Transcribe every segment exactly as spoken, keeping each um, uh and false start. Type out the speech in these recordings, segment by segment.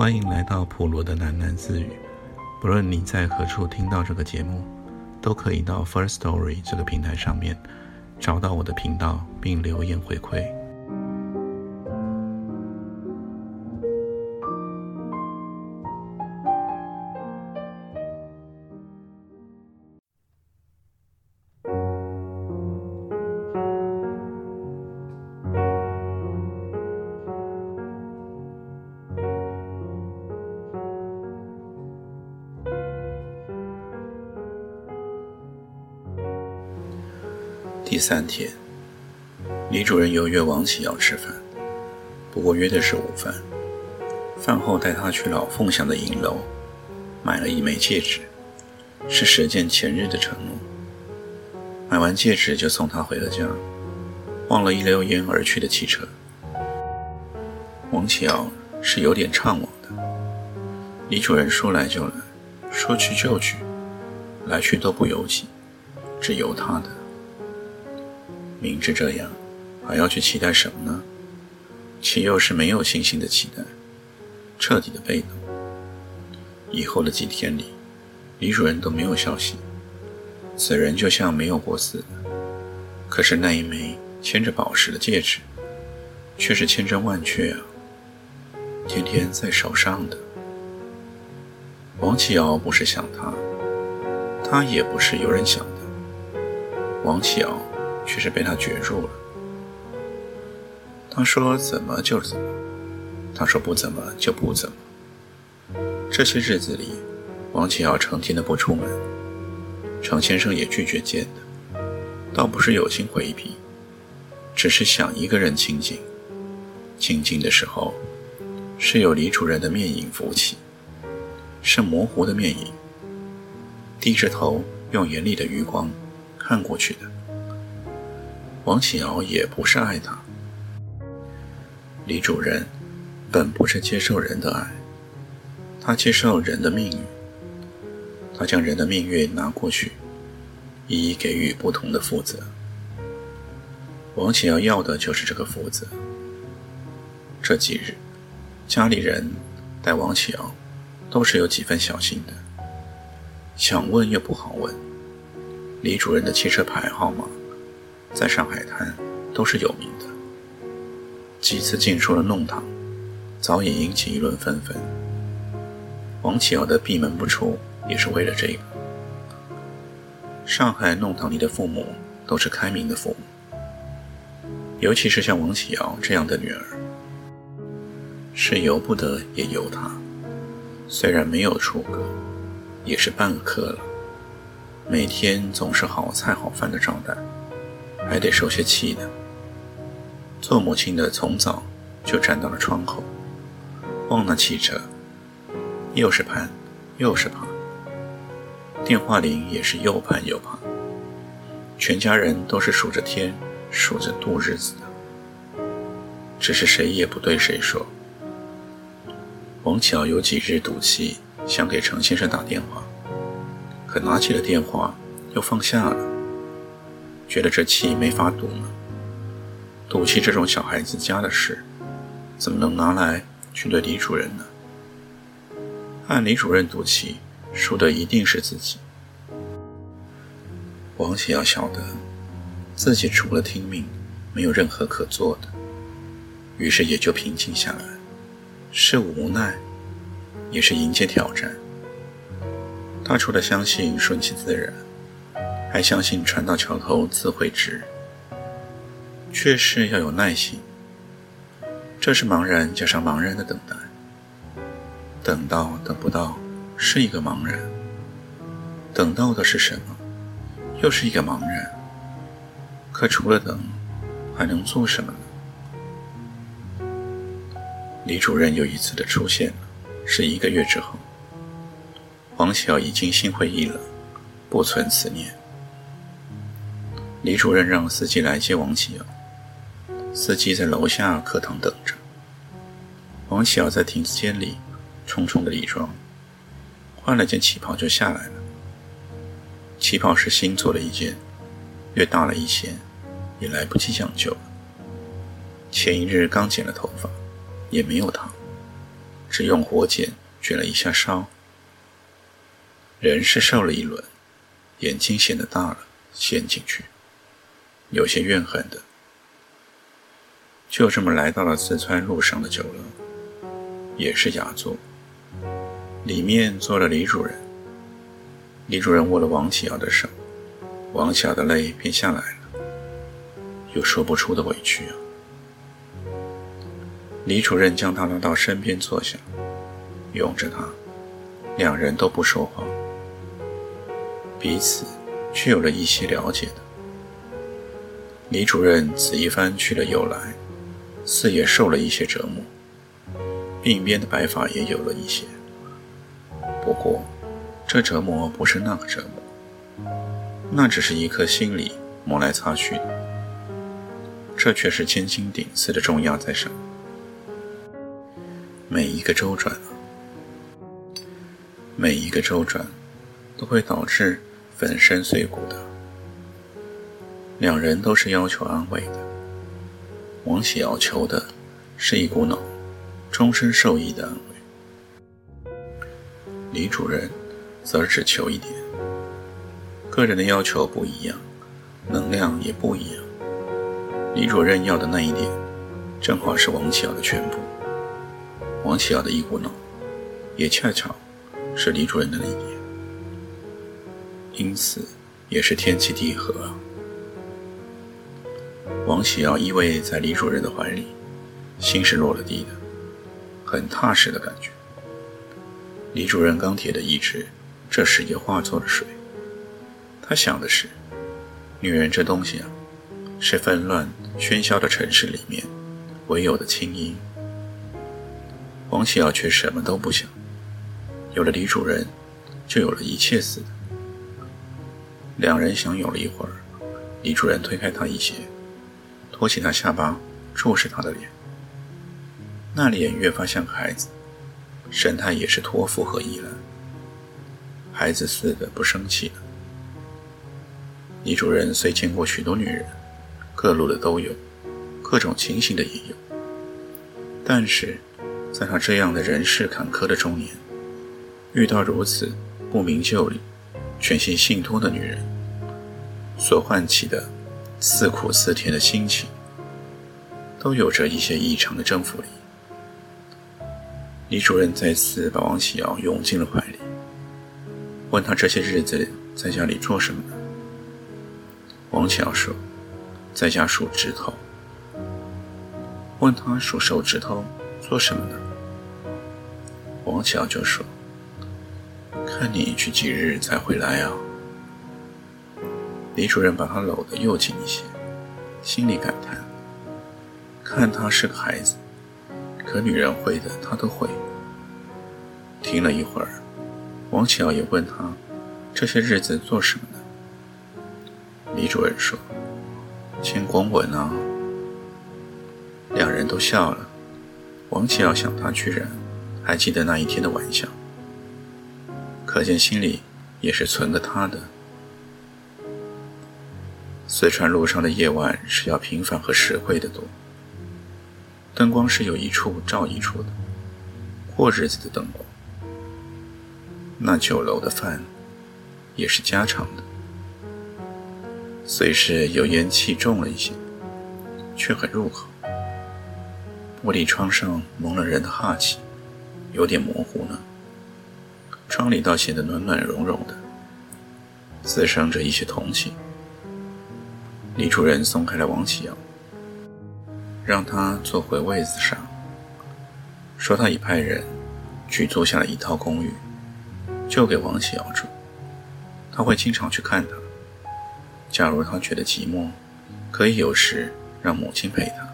欢迎来到普罗的喃喃自语。不论你在何处听到这个节目，都可以到 First Story 这个平台上面找到我的频道并留言回馈。第三天，李主任又约王启尧吃饭，不过约的是午饭。饭后带他去老凤祥的银楼，买了一枚戒指，是实践前日的承诺。买完戒指就送他回了家，忘了一溜烟而去的汽车。王启尧是有点怅惘的，李主任说来就来，说去就去，来去都不由己，只由他的。明知这样，还要去期待什么呢？岂又是没有信心的期待，彻底的被动。以后的几天里，李主任都没有消息，此人就像没有过似的。可是那一枚牵着宝石的戒指，却是千真万确啊，天天在手上的。王启尧不是想他，他也不是有人想的，王启尧却是被他攫住了。他说怎么就怎么，他说不怎么就不怎么。这些日子里，王启尧成天的不出门，程先生也拒绝见的，倒不是有心回避，只是想一个人清静。清静的时候，是有李主任的面影浮起，是模糊的面影，低着头用严厉的余光看过去的。王启尧也不是爱他，李主任本不是接受人的爱，他接受人的命运，他将人的命运拿过去，一一给予不同的负责。王启尧要的就是这个负责。这几日，家里人待王启尧都是有几分小心的，想问又不好问。李主任的汽车牌号码在上海滩都是有名的，几次进出了弄堂，早已引起议论纷纷。王启尧的闭门不出也是为了这个。上海弄堂里的父母都是开明的父母，尤其是像王启尧这样的女儿，是由不得也由他。虽然没有出阁，也是半个科了，每天总是好菜好饭的招待，还得受些气的。做母亲的从早就站到了窗口，望那汽车，又是盼又是怕，电话铃也是又盼又怕，全家人都是数着天数着度日子的，只是谁也不对谁说。王启尧有几日赌气想给程先生打电话，可拿起了电话又放下了，觉得这气没法赌呢。赌气这种小孩子家的事，怎么能拿来去对李主任呢？按李主任赌气，输的一定是自己。王启尧晓得自己除了听命，没有任何可做的，于是也就平静下来，是无奈，也是迎接挑战。他除了相信顺其自然，还相信船到桥头自会直，却是要有耐心。这是茫然加上茫然的等待，等到等不到是一个茫然，等到的是什么又是一个茫然。可除了等还能做什么呢？李主任又一次的出现了，是一个月之后。王启尧已经心灰意冷，不存此念。李主任让司机来接王启尧，司机在楼下客堂等着。王启尧在亭子间里匆匆的理妆，换了件旗袍就下来了。旗袍是新做了一件，略大了一些，也来不及讲究了。前一日刚剪了头发，也没有烫， 只用火剪卷了一下烧。人是受了一轮，眼睛显得大了，陷进去，有些怨恨的。就这么来到了四川路上的酒楼，也是雅座，里面坐了李主任。李主任握了王启尧的手，王启尧的泪便下来了，有说不出的委屈啊。李主任将他拉到身边坐下，拥着他，两人都不说话，彼此却有了一些了解的。李主任此一番去了又来，似也受了一些折磨，鬓边的白发也有了一些。不过这折磨不是那个折磨，那只是一颗心里磨来擦去的，这却是千斤顶似的重压在上。每一个周转啊，每一个周转都会导致粉身碎骨的。两人都是要求安慰的，王启尧求的是一股脑终身受益的安慰，李主任则只求一点。个人的要求不一样，能量也不一样。李主任要的那一点正好是王启尧的全部，王启尧的一股脑也恰巧是李主任的那一点，因此也是天契地合啊。王启尧依偎在李主任的怀里，心是落了地的，很踏实的感觉。李主任钢铁的意志这时也化作了水。他想的是，女人这东西啊，是纷乱喧嚣的城市里面唯有的清音。王启尧却什么都不想，有了李主任就有了一切似的。两人相拥了一会儿，李主任推开他一些，托起他下巴，注视他的脸，那脸越发像孩子，神态也是托付和依赖，孩子似的不生气了。李主任虽见过许多女人，各路的都有，各种情形的也有，但是在他这样的人世坎坷的中年，遇到如此不明就里、全心信托的女人，所唤起的似苦似甜的心情，都有着一些异常的征服力。李主任再次把王启尧拥进了怀里，问他这些日子在家里做什么呢？王启尧说，在家数指头。问他数手指头做什么呢？王启尧就说，看你去几日才回来啊。李主任把他搂得又紧一些，心里感叹，看他是个孩子，可女人会的他都会。停了一会儿，王启尧也问他这些日子做什么呢？李主任说，签公文啊。两人都笑了。王启尧想他居然还记得那一天的玩笑，可见心里也是存个他的。四川路上的夜晚是要平凡和实惠的多，灯光是有一处照一处的，过日子的灯光。那酒楼的饭也是家常的，虽是油烟气重了一些，却很入口。玻璃窗上蒙了人的哈气，有点模糊呢，窗里倒显得暖暖融融的，滋生着一些同情。李主任松开了王启尧，让他坐回位子上，说他已派人去租下了一套公寓，就给王启尧住，他会经常去看他，假如他觉得寂寞，可以有时让母亲陪他。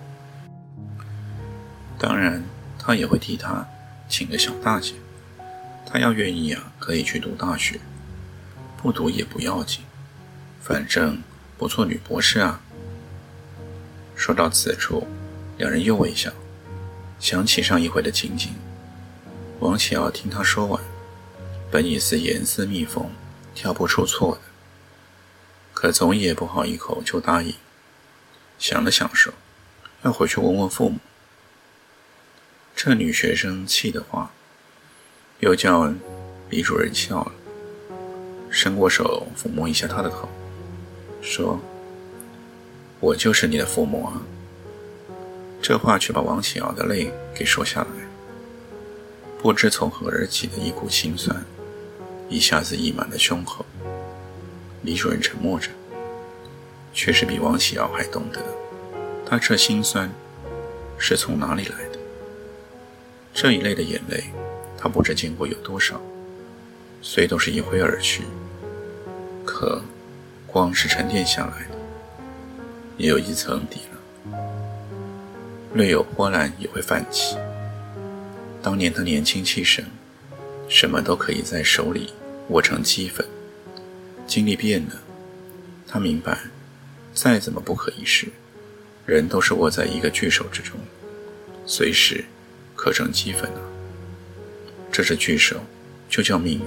当然他也会替他请个小大姐，他要愿意啊，可以去读大学，不读也不要紧，反正不做女博士啊。说到此处，两人又微笑，想起上一回的情景。王启尧听他说完，本已是严丝密缝，挑不出错的，可总也不好一口就答应。想了想说，要回去问问父母。 这女学生气的话，又叫李主任笑了，伸过手抚摸一下她的头，说：“我就是你的父母啊。”这话却把王启尧的泪给说下来，不知从何而起的一股心酸，一下子溢满了胸口。李主任沉默着，却是比王启尧还懂得他这心酸是从哪里来的。这一类的眼泪，他不知见过有多少，虽都是一挥而去，可光是沉淀下来的，也有一层底了。略有波澜也会泛起。当年他年轻气盛，什么都可以在手里握成齑粉。经历变了，他明白，再怎么不可一世，人都是握在一个巨手之中，随时可成齑粉啊。这只巨手就叫命运。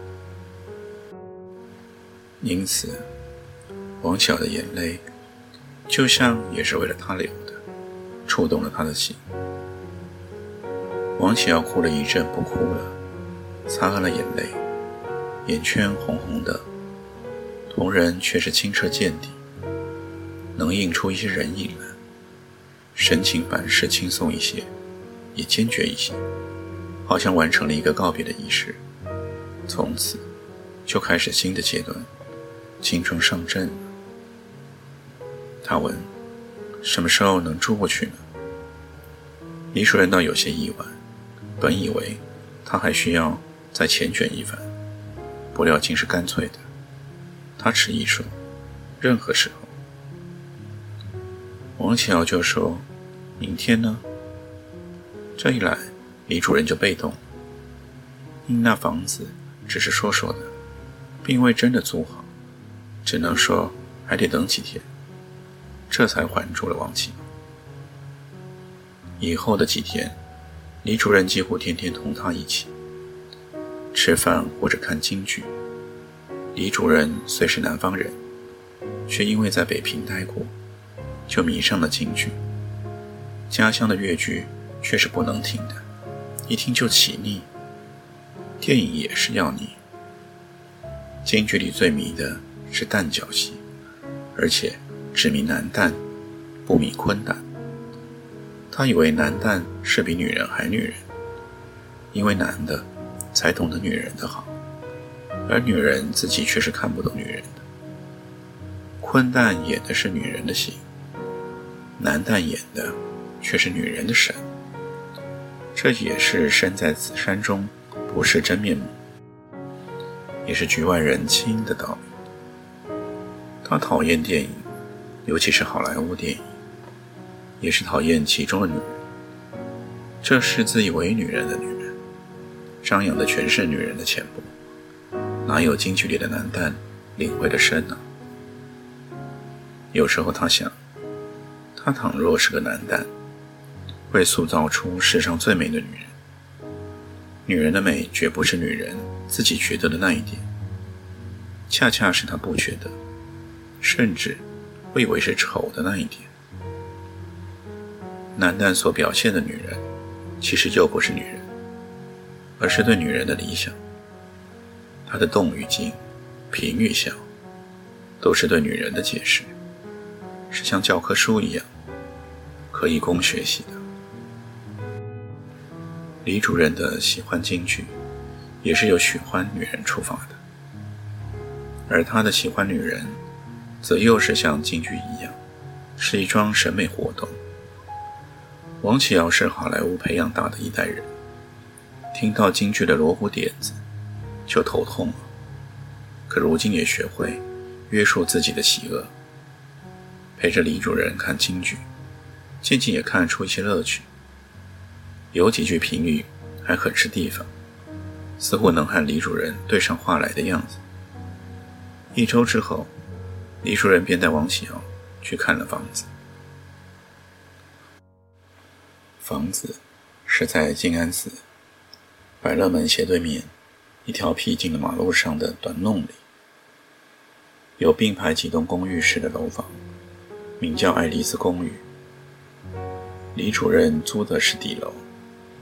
因此，王晓的眼泪，就像也是为了他流的，触动了他的心。王启尧哭了一阵，不哭了，擦干了眼泪，眼圈红红的，瞳仁却是清澈见底，能映出一些人影来，神情凡事轻松一些，也坚决一些，好像完成了一个告别的仪式，从此就开始新的阶段，青春上阵了。他问：“什么时候能住过去呢？”李主任倒有些意外，本以为他还需要再缱绻一番，不料竟是干脆的。他迟疑说：“任何时候。”王启尧就说：“明天呢？”这一来，李主任就被动了，因那房子只是说说的，并未真的租好，只能说还得等几天，这才缓住了王启尧。以后的几天，李主任几乎天天同他一起吃饭或者看京剧。李主任虽是南方人，却因为在北平待过，就迷上了京剧。家乡的越剧却是不能听的，一听就起腻。电影也是要腻。京剧里最迷的是旦角戏，而且只迷男旦，不迷昆旦。他以为男旦是比女人还女人，因为男的才懂得女人的好，而女人自己却是看不懂女人的。昆旦演的是女人的心，男旦演的却是女人的神。这也是身在此山中不识真面目，也是局外人清的道理。他讨厌电影，尤其是好莱坞电影，也是讨厌其中的女人。这是自以为女人的女人，张扬的全是女人的浅薄，哪有京剧里的男旦领会的深呢？有时候他想，他倘若是个男旦，会塑造出世上最美的女人。女人的美绝不是女人自己觉得的那一点，恰恰是她不觉得，甚至会以为是丑的那一点。男旦所表现的女人，其实就不是女人，而是对女人的理想。他的动与静，平与笑，都是对女人的解释，是像教科书一样，可以供学习的。李主任的喜欢京剧，也是由喜欢女人出发的，而他的喜欢女人，则又是像京剧一样，是一桩审美活动。王启尧是好莱坞培养大的一代人，听到京剧的锣鼓点子就头痛了，可如今也学会约束自己的喜恶，陪着李主任看京剧，渐渐也看出一些乐趣。有几句评语还很是地方，似乎能和李主任对上话来的样子。一周之后，李主任便带王启尧去看了房子。房子是在静安寺百乐门斜对面一条僻静的马路上的短弄里，有并排几栋公寓式的楼房，名叫爱丽丝公寓。李主任租的是底楼，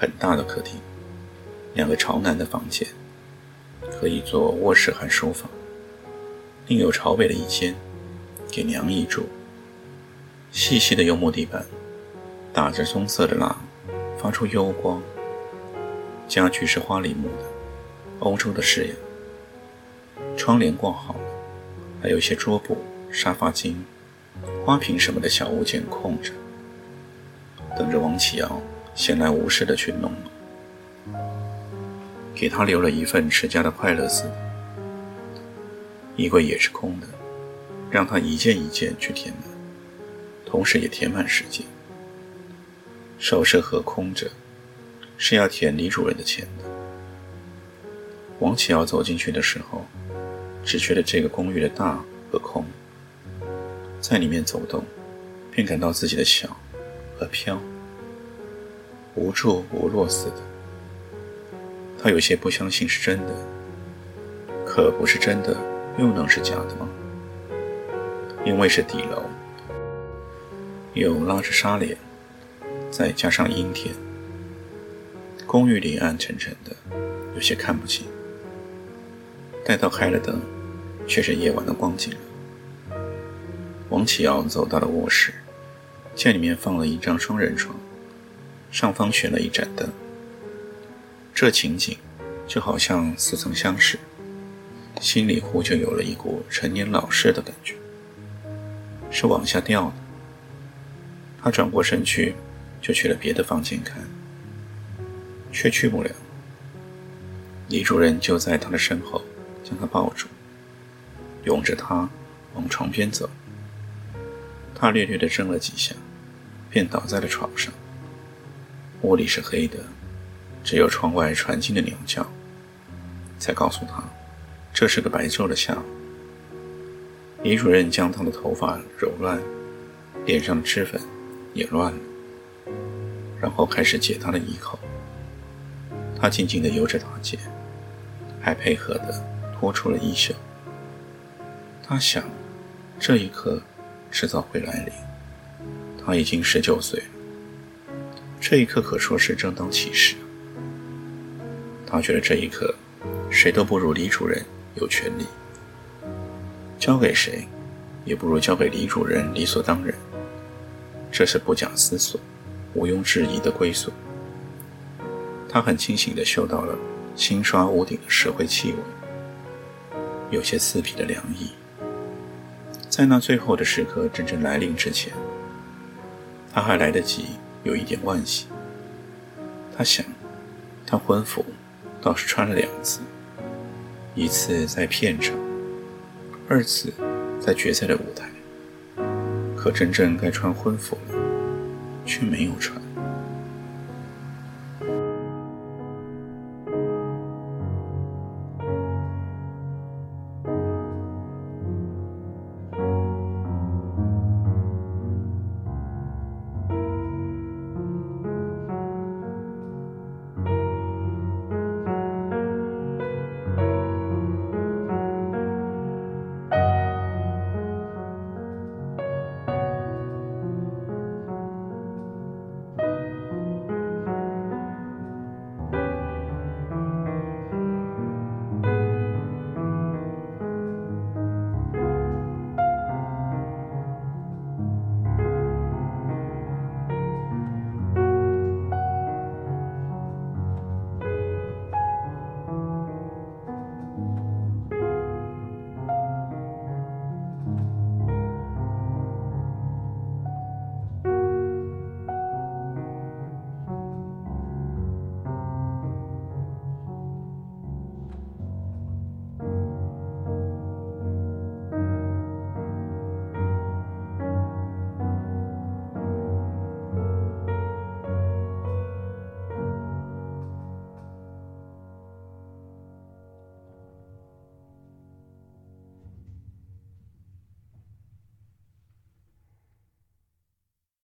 很大的客厅，两个朝南的房间，可以做卧室和书房，另有朝北的一间给娘姨住。细细的柚木地板打着棕色的蜡，发出幽光。家具是花梨木的，欧洲的式样。窗帘挂好了，还有一些桌布、沙发巾、花瓶什么的小物件空着，等着王启尧闲来无事的去弄了。给他留了一份持家的快乐似的。衣柜也是空的，让他一件一件去填满，同时也填满时间。首饰盒空着，是要填李主任的钱的。王启尧走进去的时候，只觉得这个公寓的大和空，在里面走动，便感到自己的小和飘，无助无落似的。他有些不相信是真的，可不是真的又能是假的吗？因为是底楼，有拉着纱帘，再加上阴天，公寓里暗沉沉的，有些看不清。待到开了灯，却是夜晚的光景了。王启尧走到了卧室，见里面放了一张双人床，上方悬了一盏灯。这情景就好像似曾相识，心里忽就有了一股陈年老事的感觉，是往下掉的。他转过身去，就去了别的房间看，却去不了。李主任就在他的身后，将他抱住，拥着他往床边走。他略略地怔了几下，便倒在了床上。屋里是黑的，只有窗外传进的鸟叫，才告诉他这是个白昼的下午。李主任将他的头发揉乱，脸上的脂粉也乱了，然后开始解他的衣口。他静静地由着他解，还配合地脱出了衣袖。他想，这一刻迟早会来临。他已经十九岁了，这一刻可说是正当其时。他觉得这一刻谁都不如李主任有权利，交给谁也不如交给李主任理所当然，这是不假思索毋庸置疑的归宿。他很清醒地嗅到了新刷屋顶的石灰气味，有些刺鼻的凉意。在那最后的时刻真正来临之前，他还来得及有一点惋惜。他想，他婚服倒是穿了两次，一次在片场，二次在决赛的舞台，可真正该穿婚服了，却没有穿。